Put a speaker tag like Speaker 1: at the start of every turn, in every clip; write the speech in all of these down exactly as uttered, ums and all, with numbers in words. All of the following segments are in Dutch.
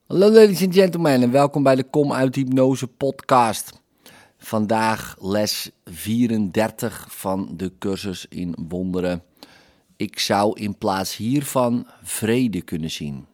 Speaker 1: Hallo ladies and gentlemen en welkom bij de Kom uit Hypnose podcast. Vandaag les vierendertig van de cursus in wonderen. Ik zou in plaats hiervan vrede kunnen zien.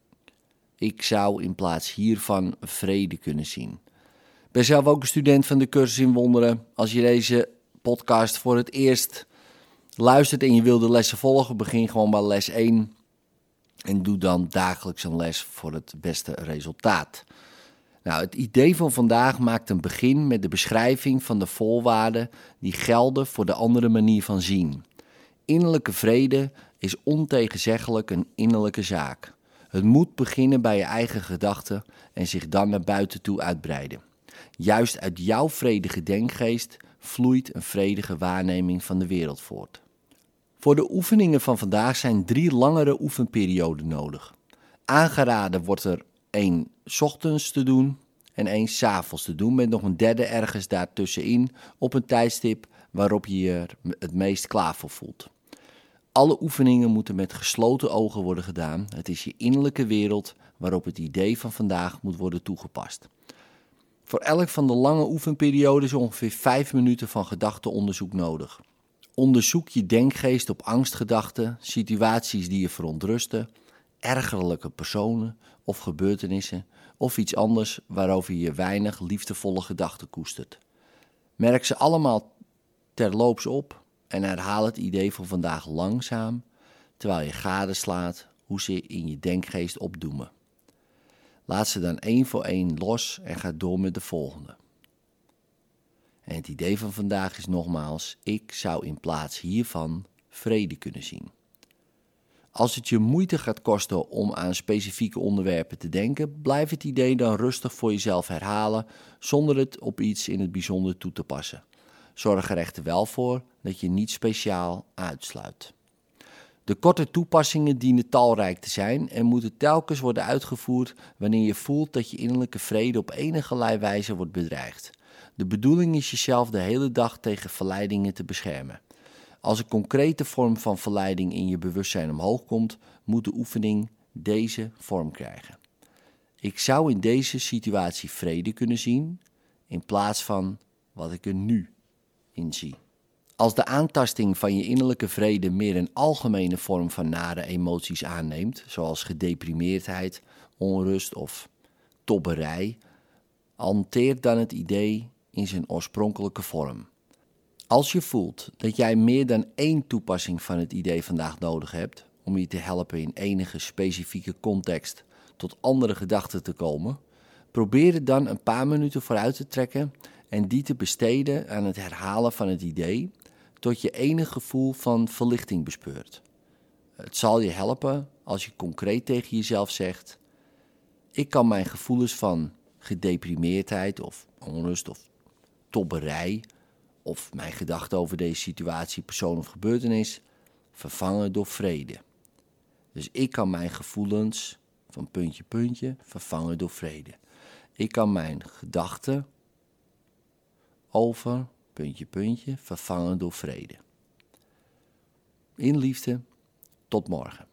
Speaker 1: Ik zou in plaats hiervan vrede kunnen zien. Ik ben zelf ook een student van de cursus in wonderen. Als je deze podcast voor het eerst luistert en je wil de lessen volgen, begin gewoon bij les één. En doe dan dagelijks een les voor het beste resultaat. Nou, het idee van vandaag maakt een begin met de beschrijving van de voorwaarden die gelden voor de andere manier van zien. Innerlijke vrede is ontegenzeggelijk een innerlijke zaak. Het moet beginnen bij je eigen gedachten en zich dan naar buiten toe uitbreiden. Juist uit jouw vredige denkgeest vloeit een vredige waarneming van de wereld voort. Voor de oefeningen van vandaag zijn drie langere oefenperioden nodig. Aangeraden wordt er één 's ochtends te doen en één 's avonds te doen, met nog een derde ergens daartussenin op een tijdstip waarop je je er het meest klaar voor voelt. Alle oefeningen moeten met gesloten ogen worden gedaan. Het is je innerlijke wereld waarop het idee van vandaag moet worden toegepast. Voor elk van de lange oefenperioden is ongeveer vijf minuten van gedachteonderzoek nodig. Onderzoek je denkgeest op angstgedachten, situaties die je verontrusten, ergerlijke personen of gebeurtenissen of iets anders waarover je weinig liefdevolle gedachten koestert. Merk ze allemaal terloops op en herhaal het idee van vandaag langzaam, terwijl je gadeslaat hoe ze in je denkgeest opdoemen. Laat ze dan één voor één los en ga door met de volgende. En het idee van vandaag is nogmaals, ik zou in plaats hiervan vrede kunnen zien. Als het je moeite gaat kosten om aan specifieke onderwerpen te denken, blijf het idee dan rustig voor jezelf herhalen, zonder het op iets in het bijzonder toe te passen. Zorg er echter wel voor dat je niet speciaal uitsluit. De korte toepassingen dienen talrijk te zijn en moeten telkens worden uitgevoerd wanneer je voelt dat je innerlijke vrede op enigerlei wijze wordt bedreigd. De bedoeling is jezelf de hele dag tegen verleidingen te beschermen. Als een concrete vorm van verleiding in je bewustzijn omhoog komt, moet de oefening deze vorm krijgen. Ik zou in deze situatie vrede kunnen zien, in plaats van wat ik er nu in zie. Als de aantasting van je innerlijke vrede meer een algemene vorm van nare emoties aanneemt, zoals gedeprimeerdheid, onrust of tobberij, hanteer dan het idee in zijn oorspronkelijke vorm. Als je voelt dat jij meer dan één toepassing van het idee vandaag nodig hebt om je te helpen in enige specifieke context tot andere gedachten te komen, probeer het dan een paar minuten vooruit te trekken en die te besteden aan het herhalen van het idee tot je enig gevoel van verlichting bespeurt. Het zal je helpen als je concreet tegen jezelf zegt: ik kan mijn gevoelens van gedeprimeerdheid of onrust of tobberij of mijn gedachten over deze situatie, persoon of gebeurtenis vervangen door vrede. Dus ik kan mijn gevoelens van puntje puntje vervangen door vrede. Ik kan mijn gedachten over puntje puntje vervangen door vrede. In liefde, tot morgen.